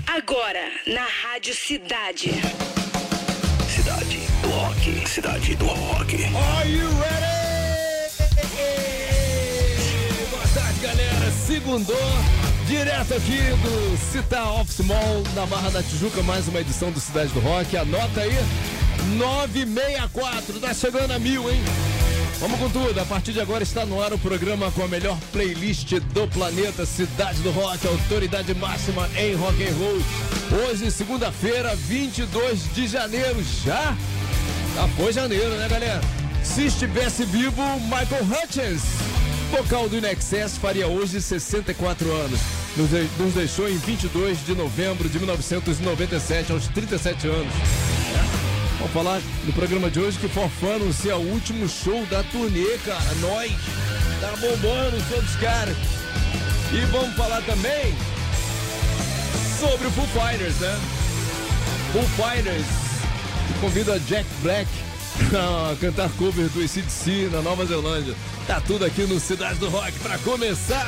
Agora, na Rádio Cidade. Cidade do Rock. Cidade do Rock. Are you ready? Boa tarde, galera. Segundou, direto aqui do Cita Office Mall, na Barra da Tijuca, mais uma edição do Cidade do Rock. Anota aí, 964, tá chegando a 1000, hein? Vamos com tudo, a partir de agora está no ar o programa com a melhor playlist do planeta, Cidade do Rock, autoridade máxima em rock and roll. Hoje, segunda-feira, 22 de janeiro, já foi janeiro, né, galera? Se estivesse vivo, Michael Hutchence, vocal do In Excess, faria hoje 64 anos. Nos deixou em 22 de novembro de 1997, aos 37 anos. Vamos falar no programa de hoje que For Fun anuncia o último show da turnê, cara. Nós tá bombando o show dos caras. E vamos falar também sobre o Foo Fighters, né? Foo Fighters convida Jack Black a cantar cover do AC/DC na Nova Zelândia. Tá tudo aqui no Cidade do Rock pra começar.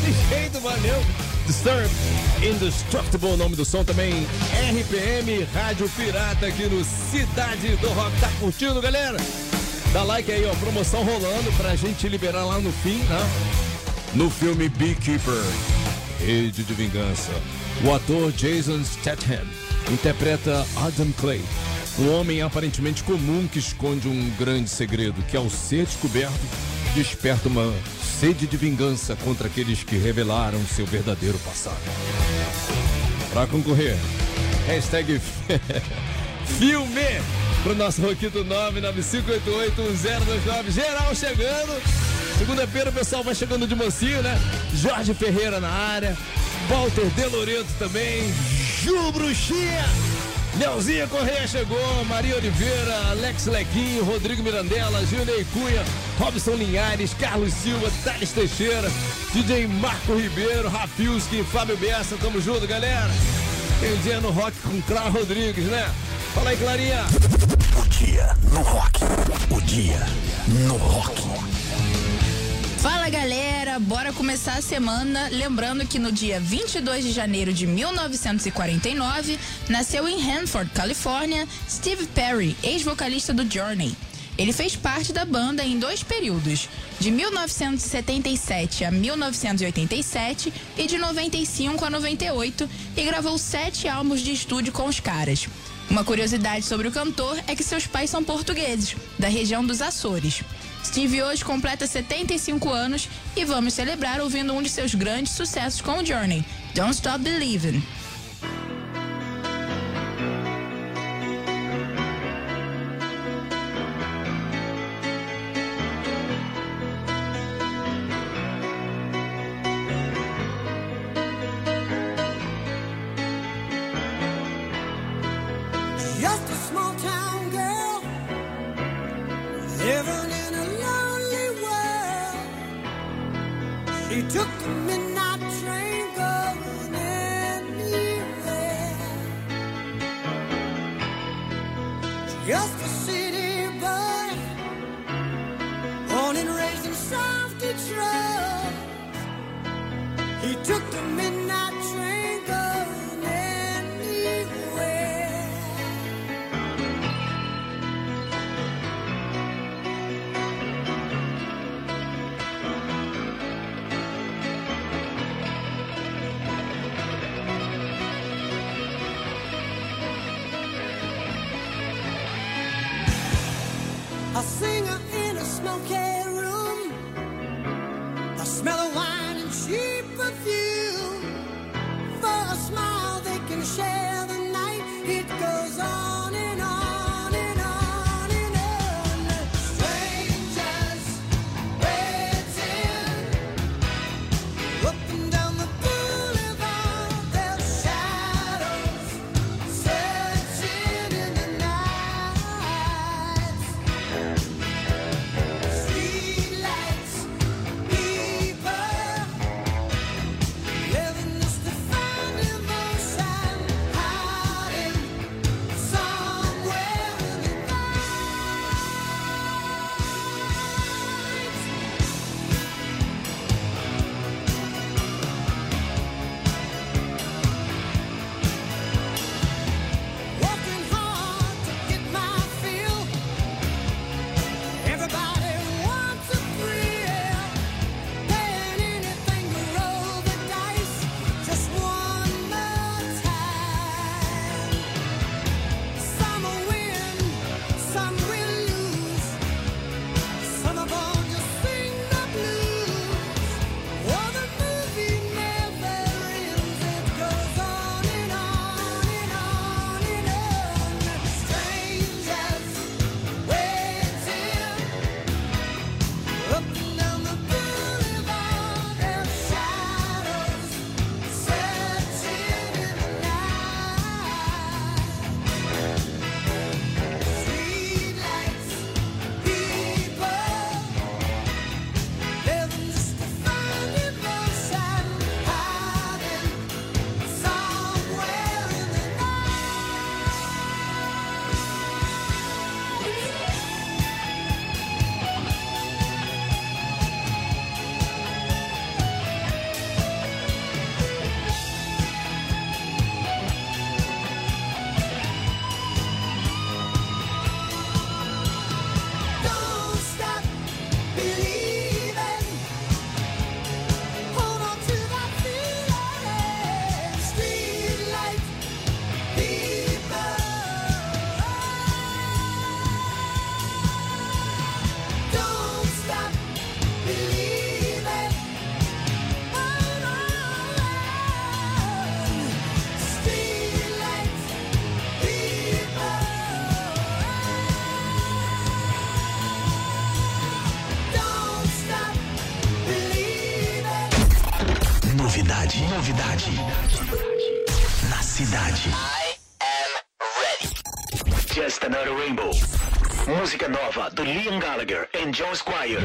daquele jeito, valeu. Disturb, Indestructible, o nome do som também. RPM, Rádio Pirata aqui no Cidade do Rock. Tá curtindo, galera? Dá like aí, ó, promoção rolando pra gente liberar lá no fim, né? No filme Beekeeper, Rede de Vingança, o ator Jason Statham interpreta Adam Clay, um homem aparentemente comum que esconde um grande segredo, que ao ser descoberto, desperta uma sede de vingança contra aqueles que revelaram seu verdadeiro passado. Para concorrer, hashtag filme pro nosso Roquito 995881029. Geral chegando. Segunda-feira o pessoal vai chegando de mansinho, né? Jorge Ferreira na área, Walter De Loreto também, Ju Bruxinha, Nelzinha Correia chegou, Maria Oliveira, Alex Lequinho, Rodrigo Mirandela, Gilney Cunha, Robson Linhares, Carlos Silva, Thales Teixeira, DJ Marco Ribeiro, Rafilski, Fábio Bessa, tamo junto, galera. Tem um dia no rock com Clara Rodrigues, né? Fala aí, Clarinha. O dia no rock. O dia no rock. Fala, galera, bora começar a semana lembrando que no dia 22 de janeiro de 1949 nasceu em Hanford, Califórnia, Steve Perry, ex-vocalista do Journey. Ele fez parte da banda em 2 períodos, de 1977 a 1987 e de 95 a 98, e gravou 7 álbuns de estúdio com os caras. Uma curiosidade sobre o cantor é que seus pais são portugueses, da região dos Açores. Steve hoje completa 75 anos e vamos celebrar ouvindo um de seus grandes sucessos com o Journey, Don't Stop Believin'. Just a small town girl living in a lonely world. She took the midnight train going anywhere. Just a city boy, born and raised in South Detroit. He took the midnight train going anywhere. A singer in a smoky room, a smell of wine and cheap perfume. For a smile they can share the night. It goes on and on and on and on. Strangers waiting up and down the boulevard. Their shadows searching in the night. Street Novidade na cidade. I am ready. Just Another Rainbow. Música nova do Liam Gallagher e John Squire.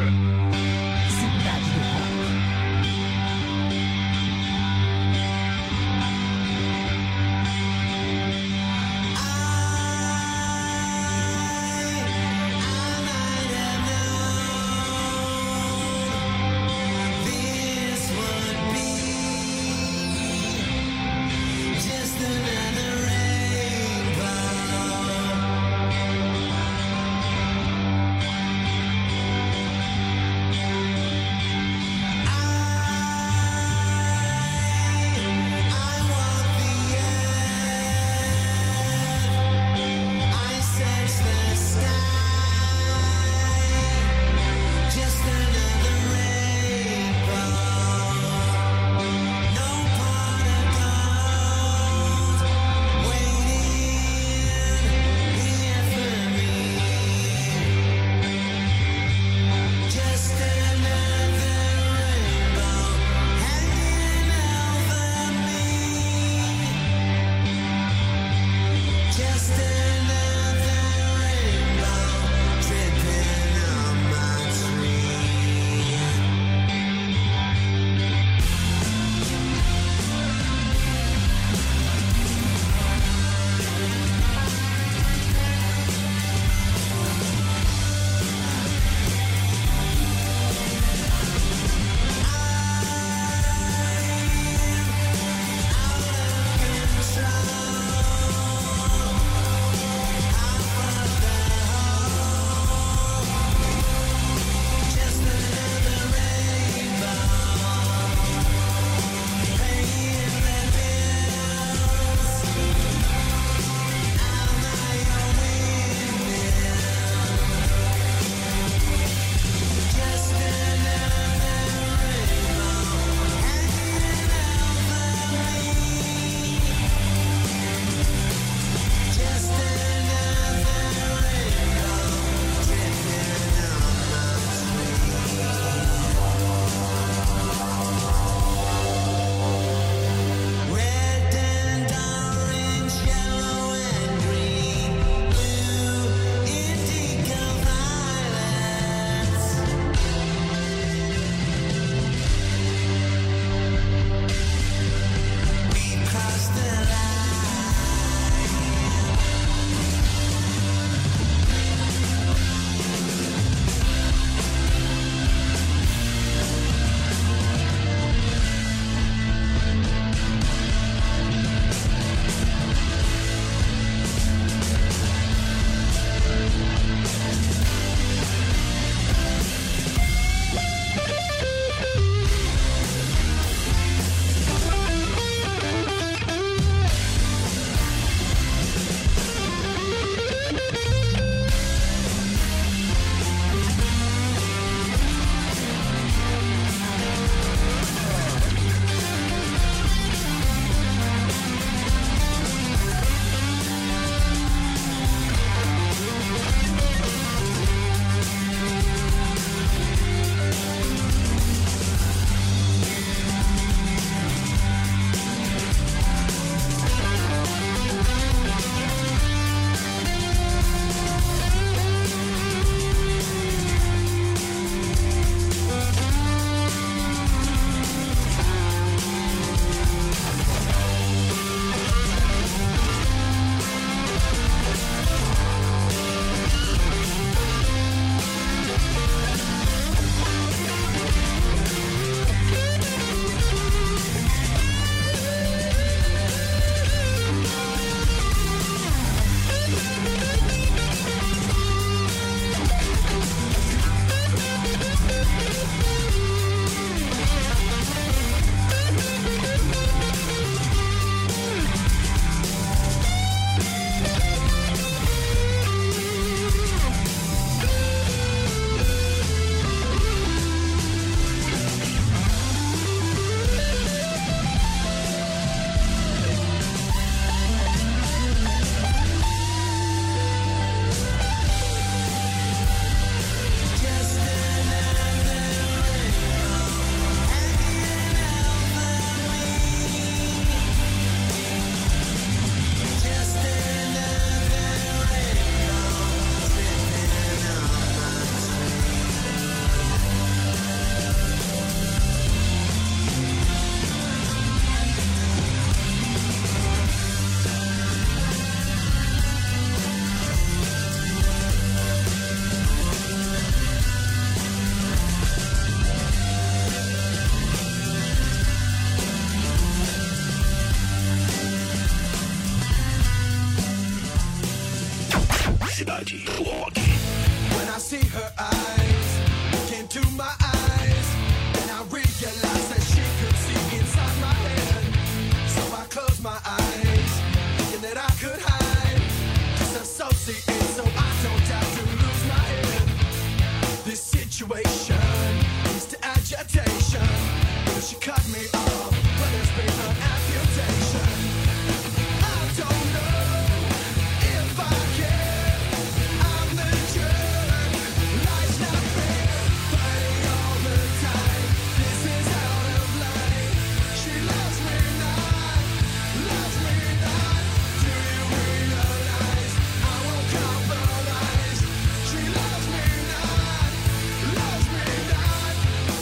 Cidade do Rock. When I see her eyes look into my eyes, then I realize that she could see inside my head. So I close my eyes, thinking that I could hide, disassociate so I don't have to lose my head. This situation leads to agitation. Will she cut me off? Well, there's been an amputation. I don't know if I can. I'm the jerk. Life's not fair. Fighting all the time. This is out of line. She loves me not. Loves me not. Do you realize I won't compromise? She loves me not. Loves me not.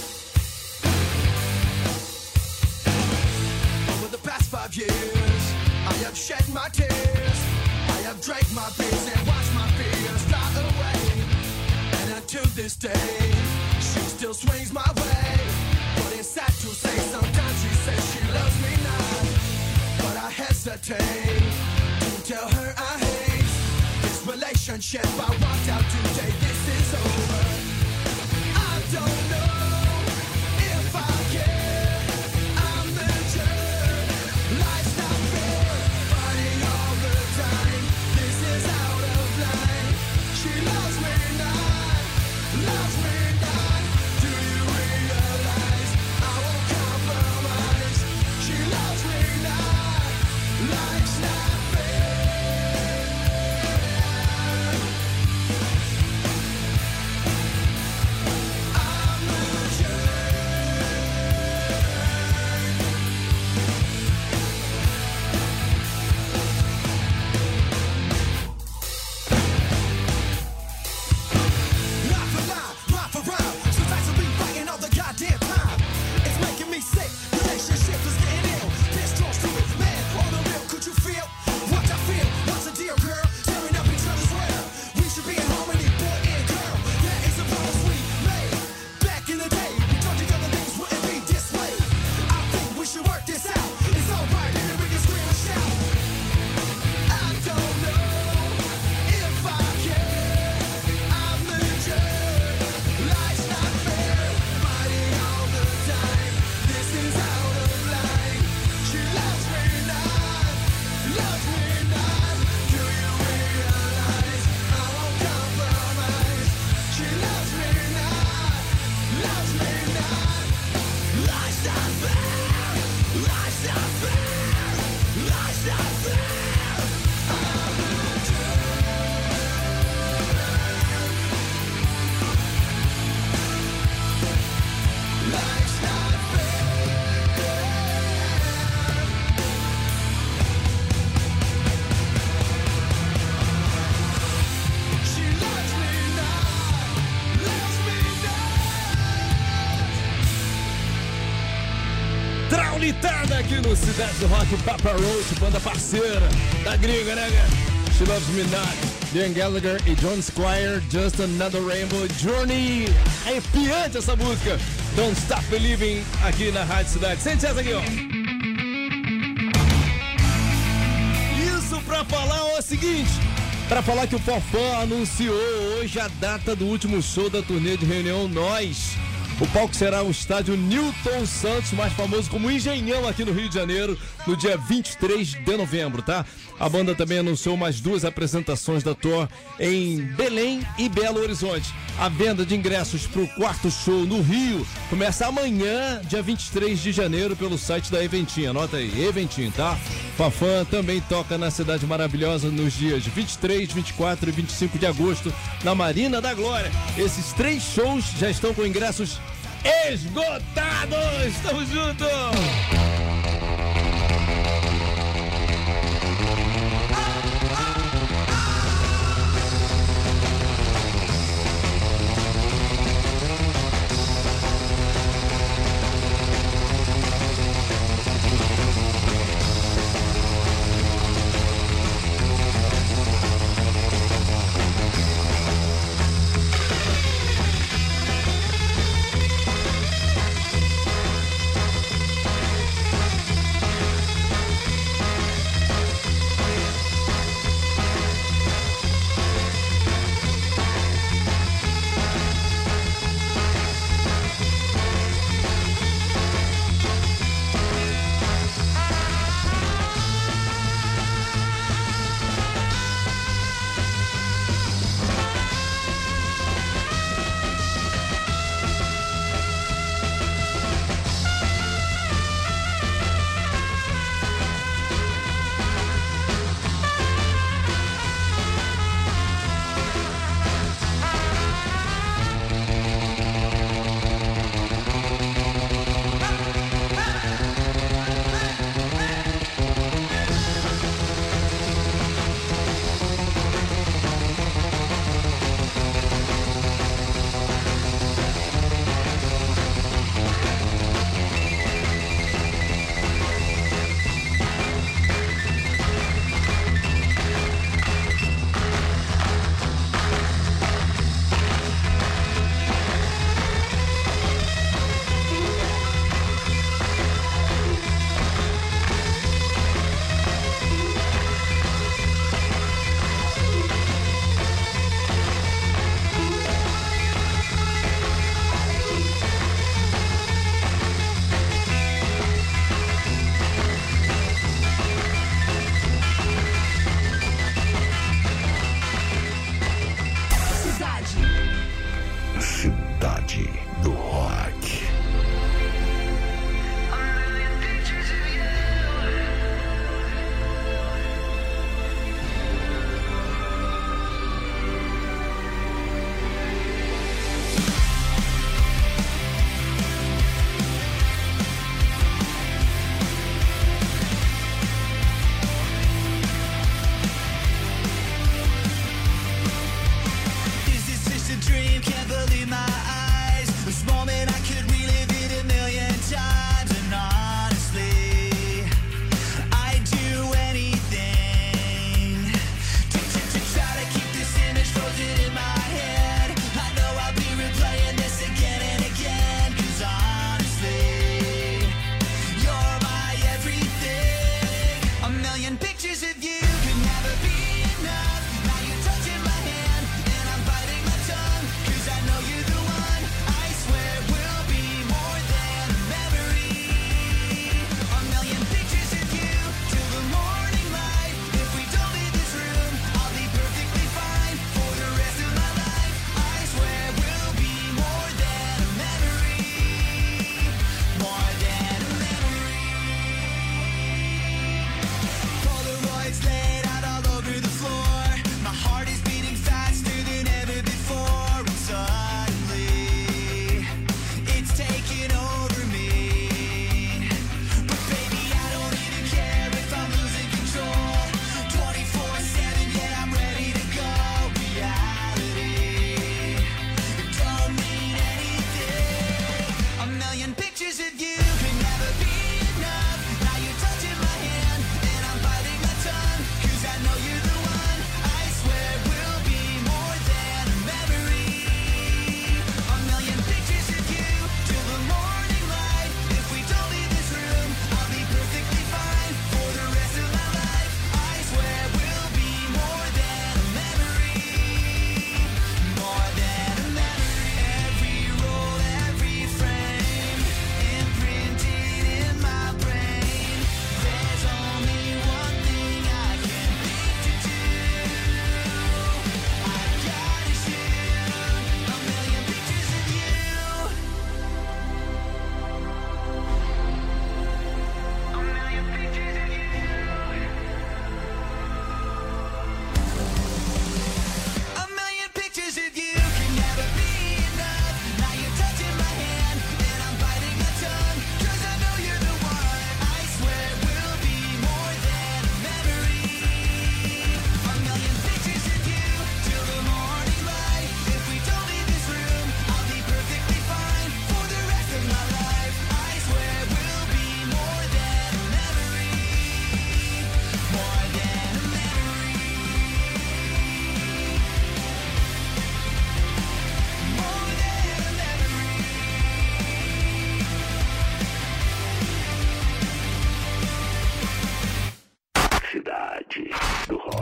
Over the past 5 years, I have shed my tears. I have drank my beers and watched my fears fly away. And until this day, she still swings my way. But it's sad to say, sometimes she says she loves me not. But I hesitate to tell her I hate this relationship. I walked out today, this is over. I don't know if I can. I'm the jerk. Life's not fair. Fighting all the time. This is out of line. She loves me not. Loves me not. Do you realize I won't compromise? She loves me not. Life's not fair. I'm the jerk. Not for lie, not for rhyme. Sometimes I be fighting all the goddamn time. It's making me sick. Relationship is getting ill. This strong, stupid man on the real. Could you feel what I feel? What's a deal, girl? Tearing up each other's hair. We should be in harmony, boy and girl. That is a promise we made. Back in the day, we told each other things wouldn't be this way. I think we should work this out. It's alright, and we can scream and shout. I don't know if I can. I'm the jerk. Life's not fair. Fighting all the time. This is out of line. She loves me not. Loves me not. Do you realize I won't compromise? She loves me not. Loves me not. Life's not fair. Life's not fair. Life's not fair. I'm the jerk. Life's not fair. She loves me not. Loves me not. Traulitada aqui no Cidade do Rock, Papa Roach, banda parceira da gringa, né, cara? She Loves Me Not, Liam Gallagher e John Squire, Just Another Rainbow, Journey, arrepiante essa música, Don't Stop Believing, aqui na Rádio Cidade. Sente essa aqui, ó. Isso pra falar o seguinte, pra falar que o Fofão anunciou hoje a data do último show da turnê de reunião Nós. O palco será o estádio Newton Santos, mais famoso como Engenhão aqui no Rio de Janeiro, no dia 23 de novembro, tá? A banda também anunciou mais 2 apresentações da tour em Belém e Belo Horizonte. A venda de ingressos para o 4º show no Rio começa amanhã, dia 23 de janeiro, pelo site da Eventim. Anota aí, Eventim, tá? Fafã também toca na Cidade Maravilhosa nos dias 23, 24 e 25 de agosto, na Marina da Glória. Esses 3 shows já estão com ingressos esgotados! Tamo junto!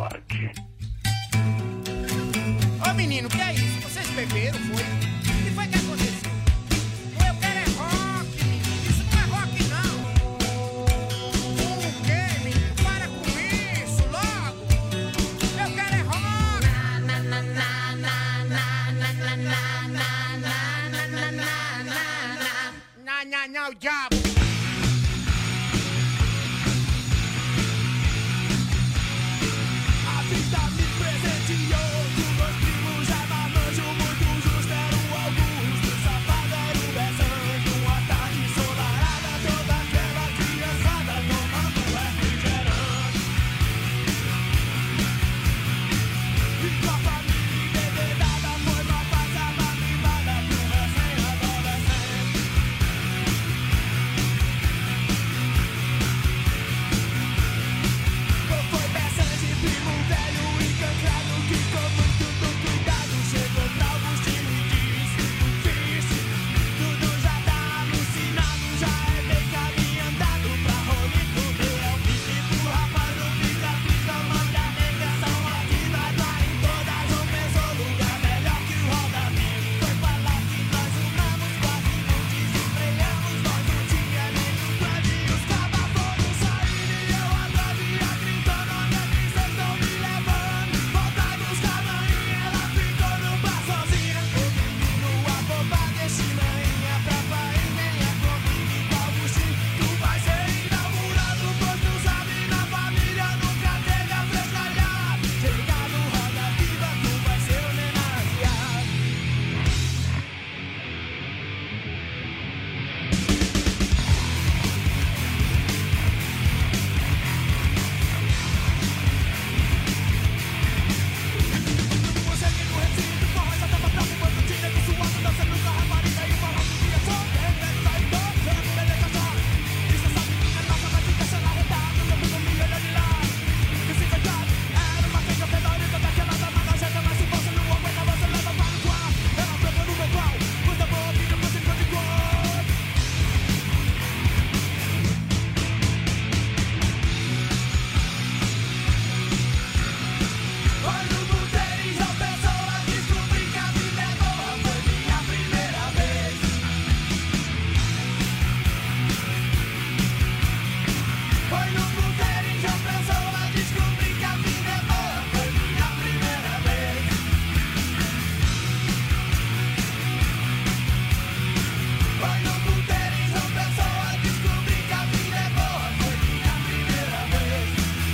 rock. Ô menino, que é isso? Vocês beberam, foi? O que foi que aconteceu? Eu quero é rock, menino. Isso não é rock, não. O quê, menino? Para com isso, logo. Eu quero é rock. Na, na, na, na, na, na, na, na, na, na, na, na, na, na, na, na, o diabo. A vida me presenteou com meus primos, já marmanjo muito justo. Era o Augusto, o safado era o Bezanjo. Uma tarde ensolarada, toda aquela criançada tomando refrigerante. E com a família embebedada, foi uma passada mimada pro recém-adolescente. Não foi Bezanjo, primo velho e cancrado, que com muito do cuidado chegou pra Agostinho e disse: "Fiz, tudo já tá alucinado, já é bem caminho andado pra Rolito meu. É o pique pro rapaz, não fica, manda a negação aqui, vai dar em toda João Pessoa, lugar melhor que o Roda Viva. Foi pra lá que nós fumamos, quase não desempregamos, nós não tinha nem o plano e os cabas foram sair e eu atrás ia gritando: onde é que cês tão me levando? Volta dos camarim, ela ficou no bar sozinha. Ô menino, afobado, deixe manhinha pra pai, venha comigo com Agostinho. Tu vai ser inaugurado, pois tu sabe, na família nunca teve a frescalhada. Chegar no Roda Viva, tu vai ser homenageado. Você que no recinto, forró já tava bravo, quando tinha que suado, dançando com a rapariga e falando que é só bem, sai todo, beleza só. Isso essa menina nossa vai ficar sendo arretada, todo mundo me olha de lado. E se fechado, era uma queixa pedorita daquela da manojeta, mas se você não aguenta, você leva para o quarto. Ela pegou no meu pau, coisa boa, filho, você ficou de cor. Foi no boteiro e João Pessoa, descobri que a vida é boa, foi minha primeira vez. Foi no boteiro e João Pessoa, descobri que a vida é boa, foi minha primeira vez. Foi no boteiro e João Pessoa, descobri que a vida é boa, foi minha primeira vez.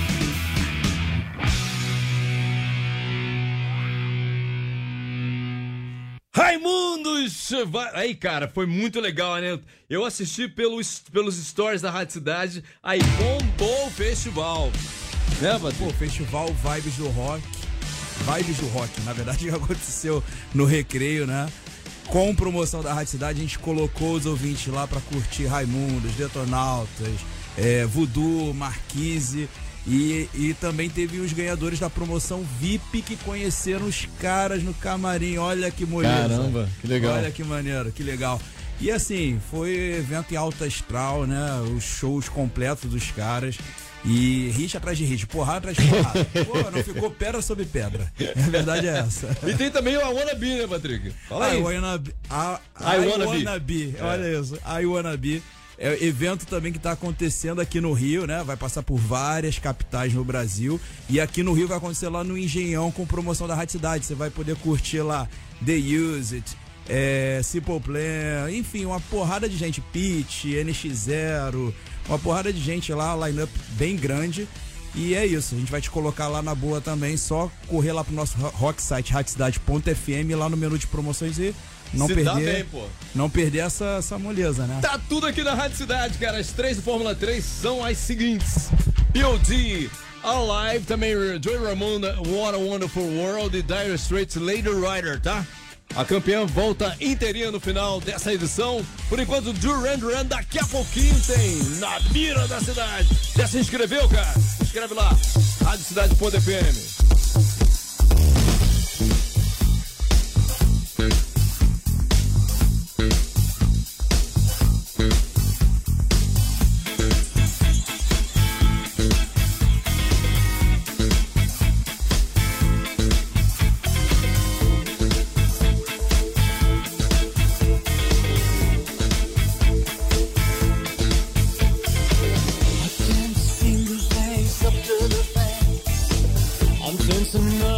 Raimundos! Aí, cara, foi muito legal, né? Eu assisti pelos stories da Rádio Cidade, aí bombou o festival. Né, Pô, Patrick? festival Vibes do Rock. Vibes do Rock, na verdade, que aconteceu no Recreio, né? Com promoção da Rádio Cidade, a gente colocou os ouvintes lá pra curtir Raimundos, Detonautas, Voodoo, Marquise. E também teve os ganhadores da promoção VIP que conheceram os caras no camarim. Olha que moleza. Caramba, que legal. Olha que maneiro, que legal. E assim, foi evento em alta astral, né? Os shows completos dos caras. E hit atrás de hit, porrada atrás de porrada. Pô, não ficou pedra sobre pedra. A verdade é essa. E tem também o I Wanna Be, né, Patrick? Fala aí. I Wanna Be. Olha isso. I Wanna Be. É evento também que está acontecendo aqui no Rio, né? Vai passar por várias capitais no Brasil. E aqui no Rio vai acontecer lá no Engenhão com promoção da Rádio Cidade. Você vai poder curtir lá The Use It, Simple Plan, enfim, uma porrada de gente. Pitch, NX0, uma porrada de gente lá, line-up bem grande. E é isso, a gente vai te colocar lá na boa também. Só correr lá pro nosso rock site, radiocidade.fm, lá no menu de promoções e não Se dá bem, pô. não perder essa moleza, né? Tá tudo aqui na Rádio Cidade, cara. As três do Fórmula 3 são as seguintes: POD, Alive, também Joey Ramona, What a Wonderful World e Dire Straits, Lady Rider, tá? A campeã volta inteirinha no final dessa edição. Por enquanto, Duran Duran, daqui a pouquinho tem Na Mira da Cidade. Já se inscreveu, cara? Se inscreve lá, radiocidade.fm.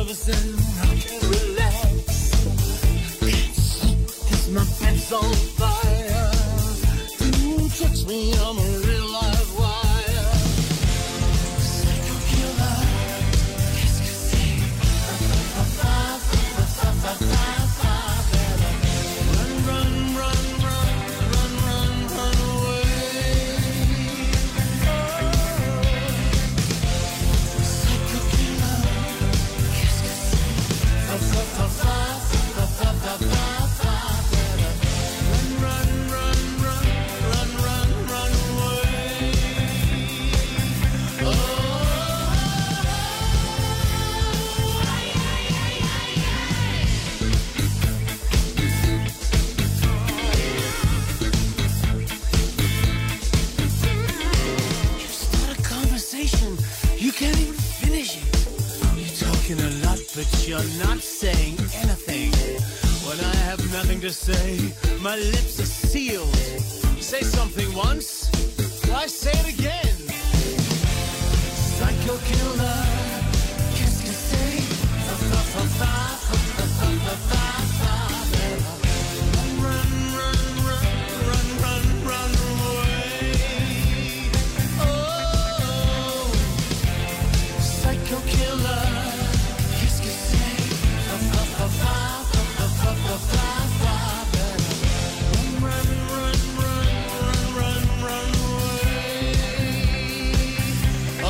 nervous and I can't relax. I can't sleep 'cause my bed's on fire. Don't touch me, I'm a real live wire. Psycho killer, qu'est-ce que c'est? Run, run, run, run, run, run, run away. Psycho killer, qu'est-ce que c'est? Run, run, run, run, run, run, run away. You start a conversation, you can't even finish it. You're talking a lot, but you're not saying anything. When I have nothing to say, my lips are sealed. Say something once, why say it again? Psycho killer, qu'est-ce que c'est? Run, run, run, run, run, run away. Oh, psycho killer, qu'est-ce que c'est? Run, run, run, run, run, run, run away. Oh,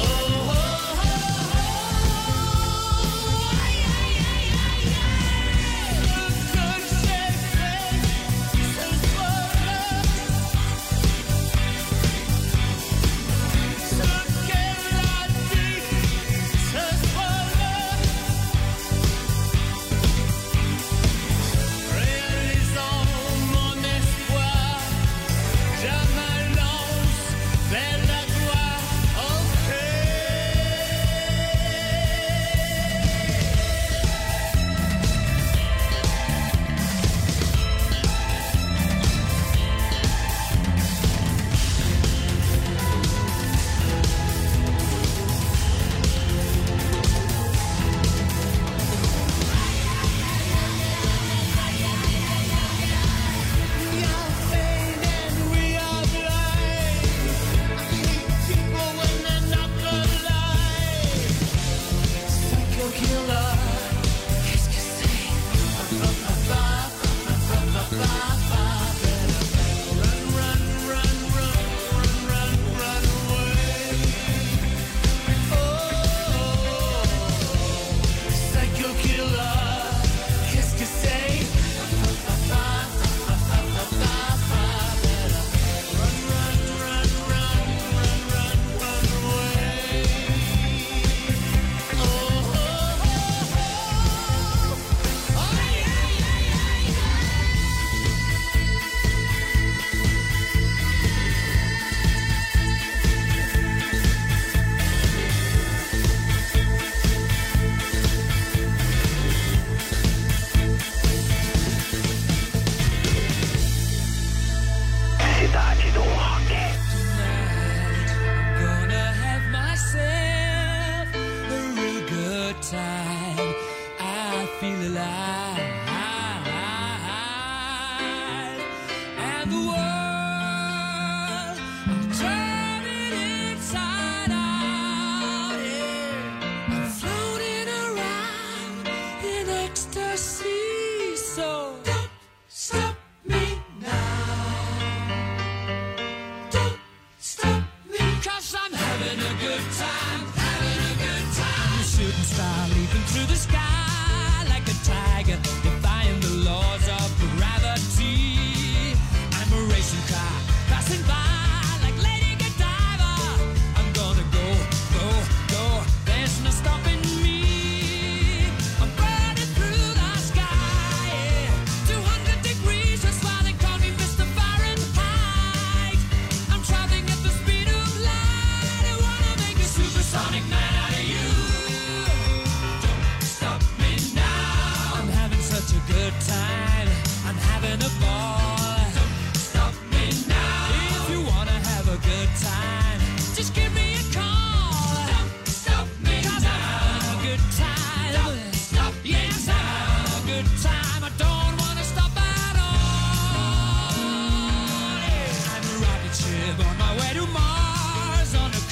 Stop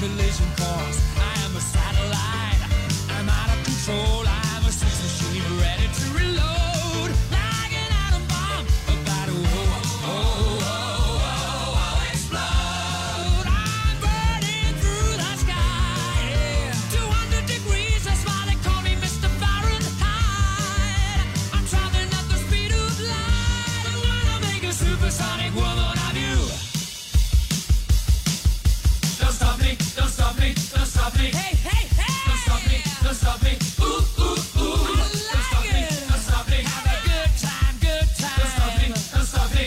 collision course. I am a satellite. I'm out of control. I'm a sex machine ready to reload. Like an atom bomb about to explode. I'm burning through the sky. Yeah. 200 degrees, that's why they call me Mr. Fahrenheit. I'm traveling at the speed of light. I wanna make a supersonic woman of you. Don't stop me, don't stop me, don't stop me. Hey, hey, hey! Don't stop me, don't stop me. Ooh, ooh, ooh. Don't stop me, don't stop me. Have a good time, good time. Don't stop me, don't stop me.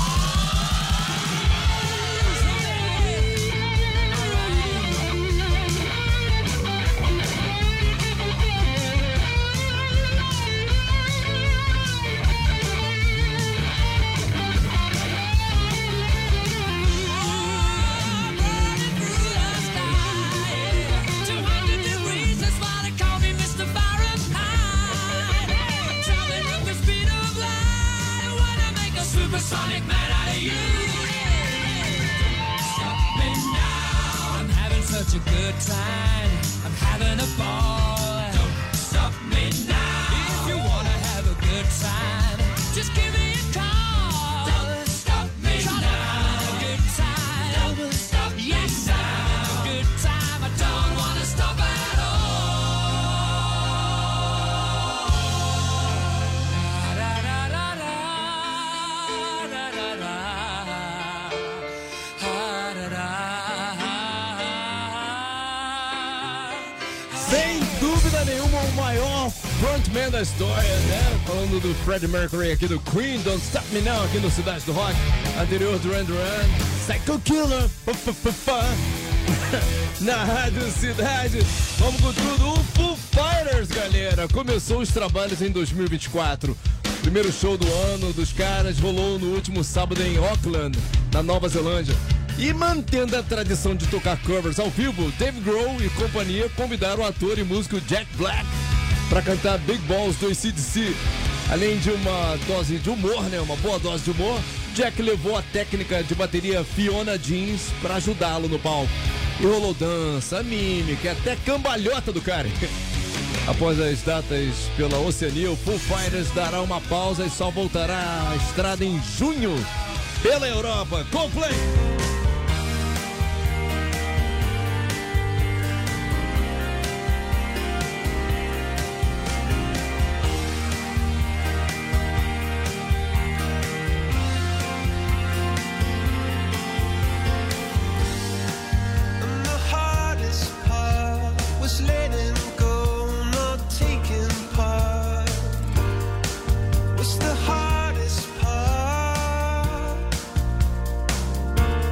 Supersonic man out of you. Stop me now. I'm having such a good time. I'm having a ball. Don't stop me now. If you wanna have a good time, just give me a call. Don't stop me now. A good time. Don't stop me yes, now. A good time. I don't wanna stop at all. Sem dúvida nenhuma, o maior frontman da história, né? Falando do Freddie Mercury aqui do Queen, Don't Stop Me Now, aqui no Cidade do Rock. Anterior, Duran Duran, Psycho Killer, na Rádio Cidade. Vamos com tudo, o Foo Fighters, galera. Começou os trabalhos em 2024. O primeiro show do ano dos caras rolou no último sábado em Auckland, na Nova Zelândia. E mantendo a tradição de tocar covers ao vivo, Dave Grohl e companhia convidaram o ator e músico Jack Black para cantar Big Balls do AC/DC. Além de uma dose de humor, né, uma boa dose de humor, Jack levou a técnica de bateria Fiona Jeans para ajudá-lo no palco. E rolou dança, mímica e até cambalhota do cara. Após as datas pela Oceania, o Foo Fighters dará uma pausa e só voltará à estrada em junho pela Europa. Coldplay! What's the hardest part?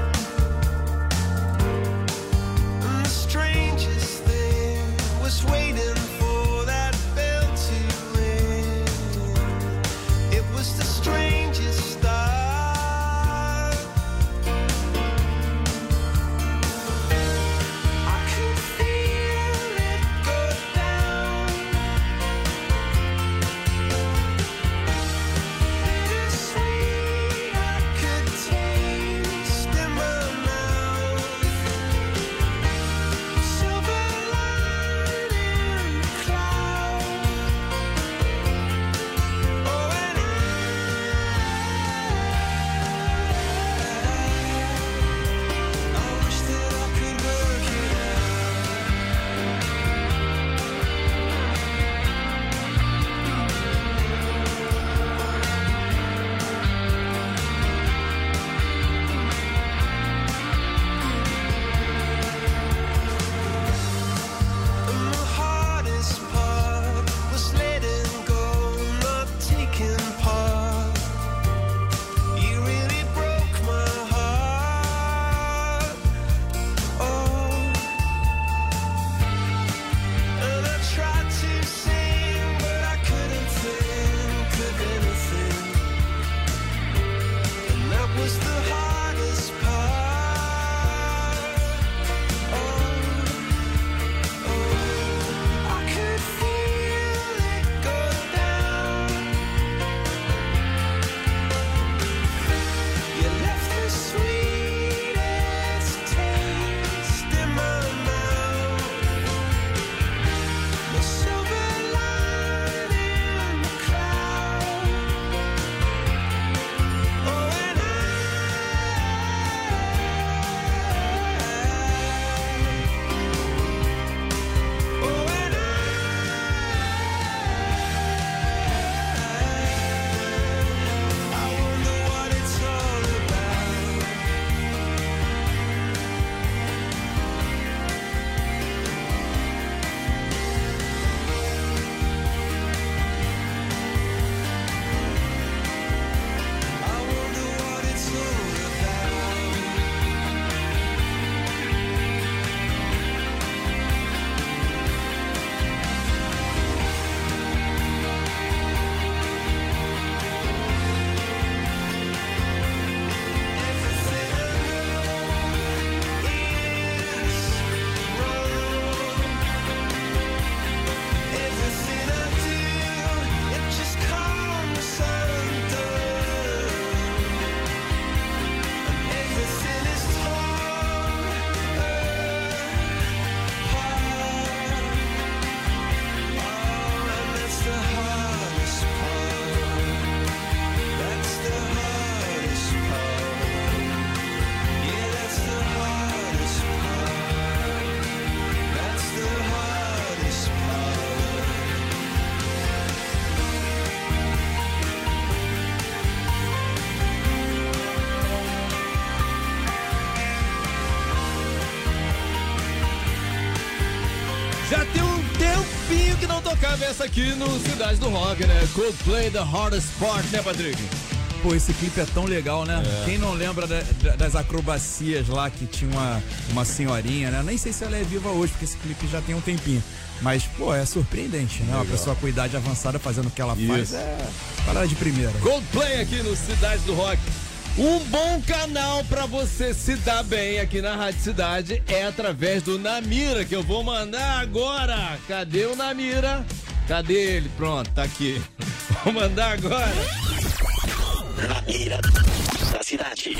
Já tem um tempinho que não tocava essa aqui no Cidade do Rock, né? Coldplay, The Hardest Part, né, Patrick? Pô, esse clipe é tão legal, né? Quem não lembra das acrobacias lá que tinha uma senhorinha, né? Nem sei se ela é viva hoje, porque esse clipe já tem um tempinho. Mas, pô, é surpreendente, né? Uma pessoa com idade avançada fazendo o que ela faz é parada de primeira. Coldplay aqui no Cidade do Rock. Um bom canal pra você se dar bem aqui na Rádio Cidade é através do Namira, que eu vou mandar agora. Cadê o Namira? Cadê ele? Pronto, tá aqui. Vou mandar agora. Namira da cidade.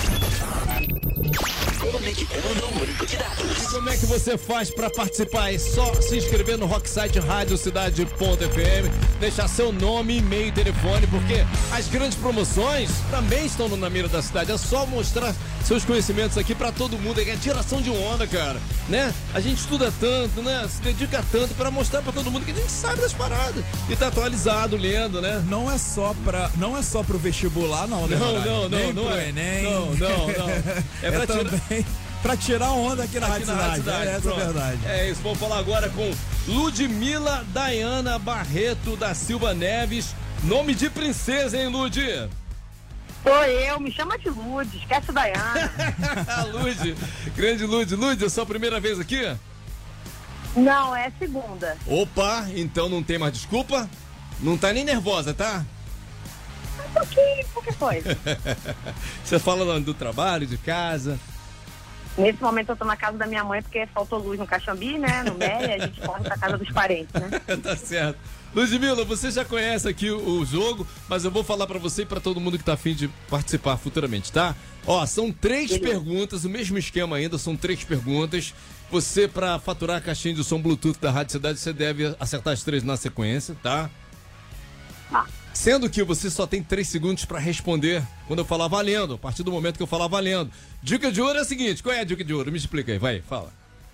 Conectando um banco de dados. E como é que você faz pra participar? É só se inscrever no Rocksite Radiocidade.fm, deixar seu nome, e-mail e telefone, porque as grandes promoções também estão no Namira da Cidade. É só mostrar seus conhecimentos aqui pra todo mundo. É tiração de onda, cara, né? A gente estuda tanto, né? Se dedica tanto pra mostrar pra todo mundo que a gente sabe das paradas e tá atualizado, lendo, né? Não é só pro vestibular, não, né? Não, Nem não pro é. Enem. Não. É pra também pra tirar onda aqui na Rádio Cidade. Essa é a verdade. É isso, vamos falar agora com Ludmila Dayana Barreto da Silva Neves. Nome de princesa, hein, Lud? Sou eu, me chama de Lud, esquece Dayana. Lud, grande Lud. Lud, é a sua primeira vez aqui? Não, é a segunda. Opa, então não tem mais desculpa? Não tá nem nervosa, tá? Um pouquinho, qualquer coisa. Você fala do trabalho, de casa? Nesse momento eu tô na casa da minha mãe porque faltou luz no Caxambi, né? No Meia, a gente corre pra casa dos parentes, né? Tá certo. Ludmila, você já conhece aqui o jogo, mas eu vou falar pra você e pra todo mundo que tá afim de participar futuramente, tá? Ó, são 3 perguntas, o mesmo esquema ainda, são 3 perguntas. Você, pra faturar a caixinha de som Bluetooth da Rádio Cidade, você deve acertar as 3 na sequência, tá? Tá. Sendo que você só tem 3 segundos pra responder quando eu falar valendo, a partir do momento que eu falar valendo. Dica de ouro é a seguinte, qual é a dica de ouro? Me explica aí, vai, fala.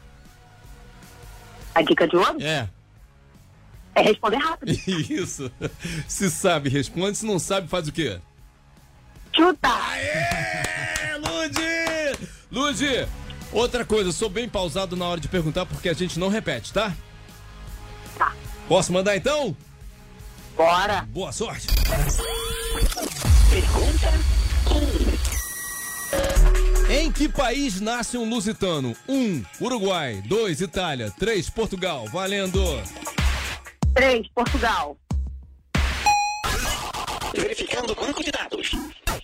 A dica de ouro? É responder rápido. Isso. Se sabe, responde, se não sabe, faz o quê? Chuta! Aê, Lud, outra coisa, eu sou bem pausado na hora de perguntar porque a gente não repete, tá? Tá. Posso mandar então? Bora! Boa sorte! Pergunta 1. Em que país nasce um lusitano? 1, Uruguai. 2, Itália. 3, Portugal. Valendo! 3, Portugal. Verificando o banco de dados.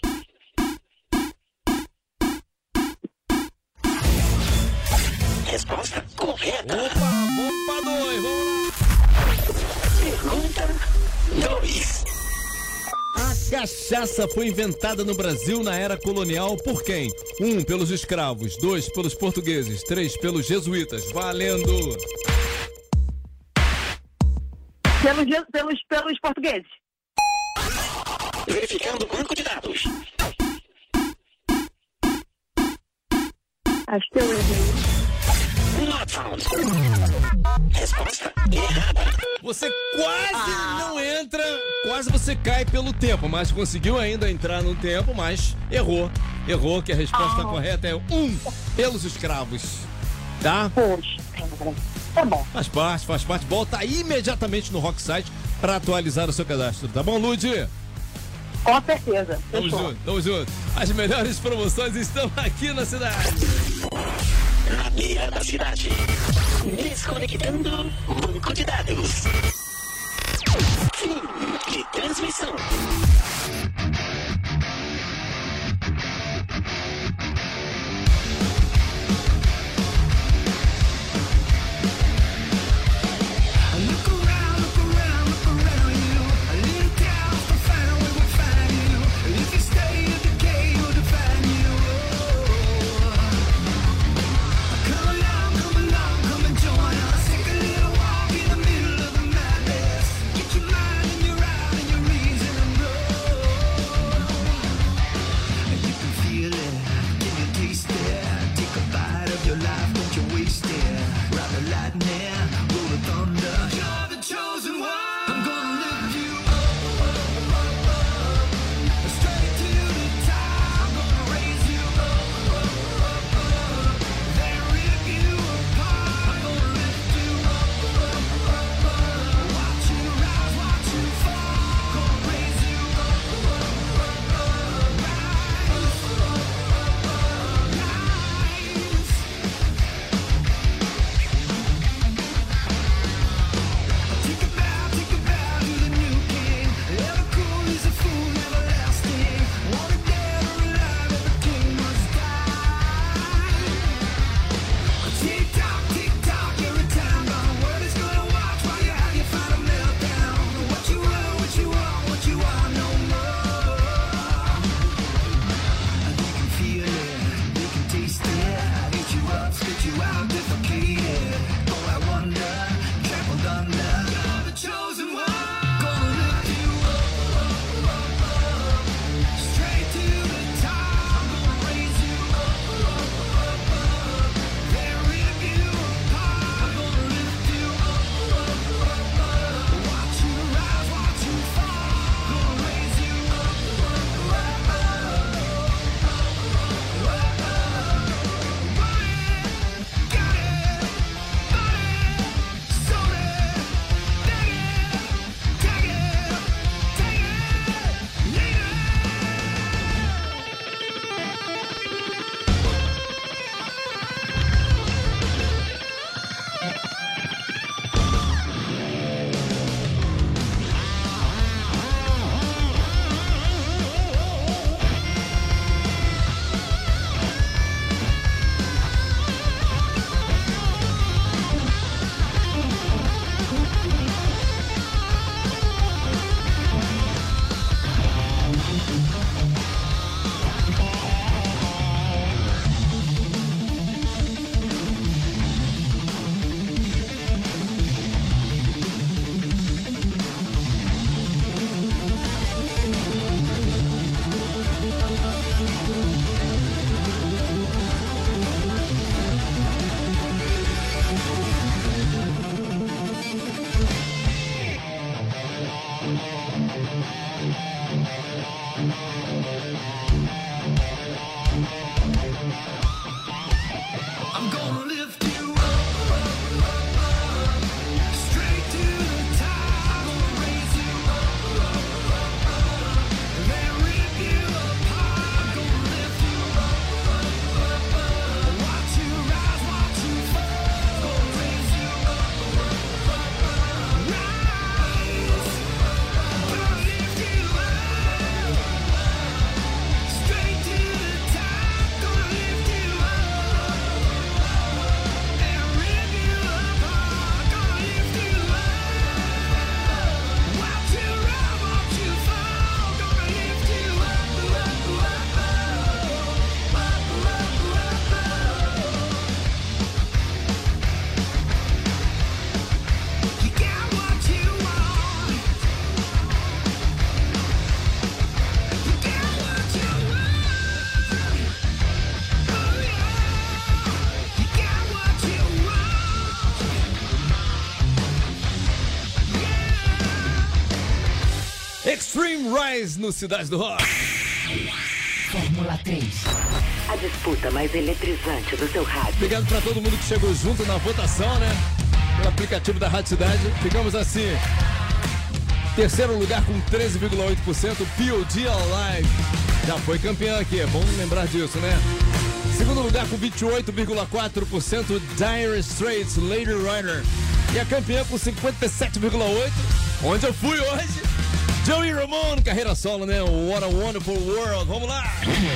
Resposta correta. Opa, vamos pra 2, vamos lá! Pergunta 2. A cachaça foi inventada no Brasil na era colonial por quem? 1, pelos escravos. 2, pelos portugueses. 3, pelos jesuítas. Valendo! Pelos portugueses. Verificando o banco de dados. Acho que eu errei. Not found. Resposta errada. Você quase não entra, quase você cai pelo tempo, mas conseguiu ainda entrar no tempo, mas errou. Errou, que a resposta correta é 1, pelos escravos. Tá? Poxa, tá bom. Faz parte. Volta imediatamente no Rocksite para atualizar o seu cadastro, tá bom, Lud? Com certeza. Tamo junto. As melhores promoções estão aqui na cidade. Na beira da cidade. Desconectando banco de dados. Fim de transmissão. Get your mind and your eye and your reason and love. Extreme Rise no Cidade do Rock. Fórmula 3. A disputa mais eletrizante do seu rádio. Obrigado pra todo mundo que chegou junto na votação, né? Pelo aplicativo da Rádio Cidade. Ficamos assim. Terceiro lugar com 13,8%, POD Alive. Já foi campeão aqui, é bom lembrar disso, né? Segundo lugar com 28,4%, Dire Straits, Lady Rider. E a campeã com 57,8%, onde eu fui hoje, Joey Ramone, carreira solo, né? What a Wonderful World. Vamos lá!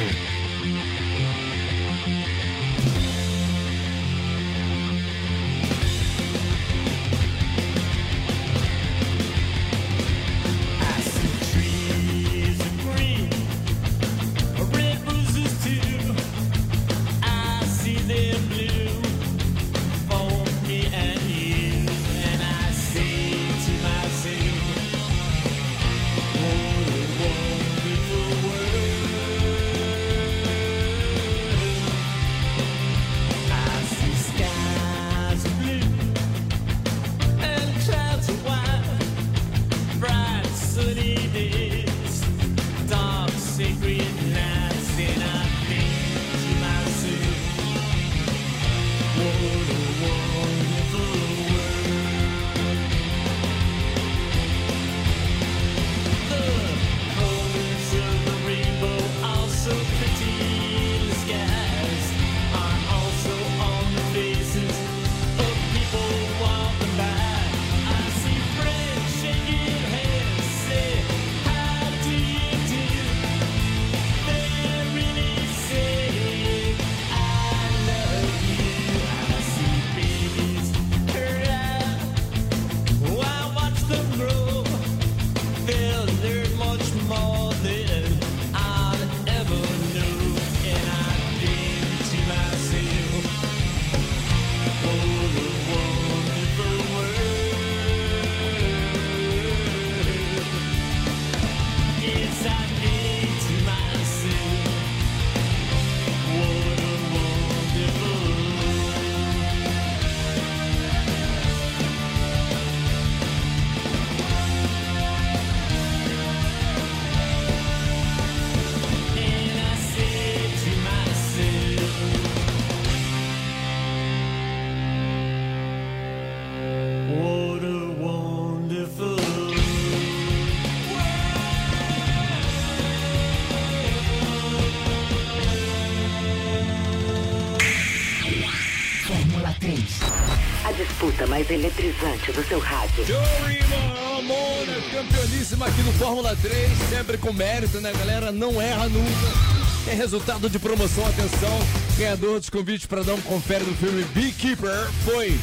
Mais eletrizante do seu rádio. Joey Ramone, campeoníssima aqui no Fórmula 3, sempre com mérito, né, galera? Não erra nunca. É resultado de promoção, atenção. Ganhador dos convites para dar um confere no filme Beekeeper foi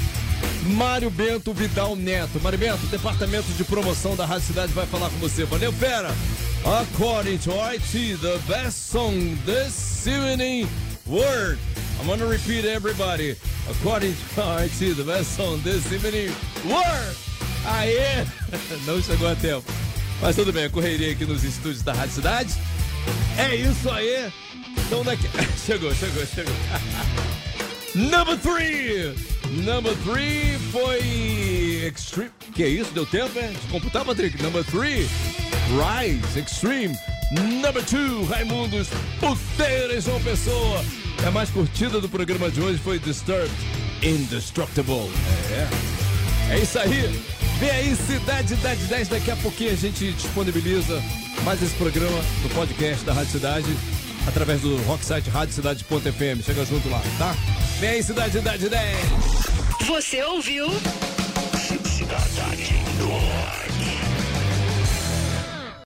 Mário Bento Vidal Neto. Mário Bento, o departamento de promoção da Rádio Cidade vai falar com você. Valeu, fera! According to IT, the best song this evening, Word. I'm gonna repeat everybody. According to IT, the best song this evening, Word. Aê! Não chegou a tempo. Mas tudo bem, eu correria aqui nos estúdios da Rádio Cidade. É isso aí. Então daqui... Chegou. Number 3 foi Extreme. Que isso? Deu tempo, é? De computar, Patrick? Number 3, Rise, Extreme. Number 2, Raimundos, Puteiras, João Pessoa. A mais curtida do programa de hoje foi Disturbed, Indestructible. É isso aí. Vem aí, Cidade 10. Daqui a pouquinho a gente disponibiliza mais esse programa no podcast da Rádio Cidade, através do rocksite radiocidade.fm. Chega junto lá, tá? Vem aí, Cidade 10. Você ouviu? Cidade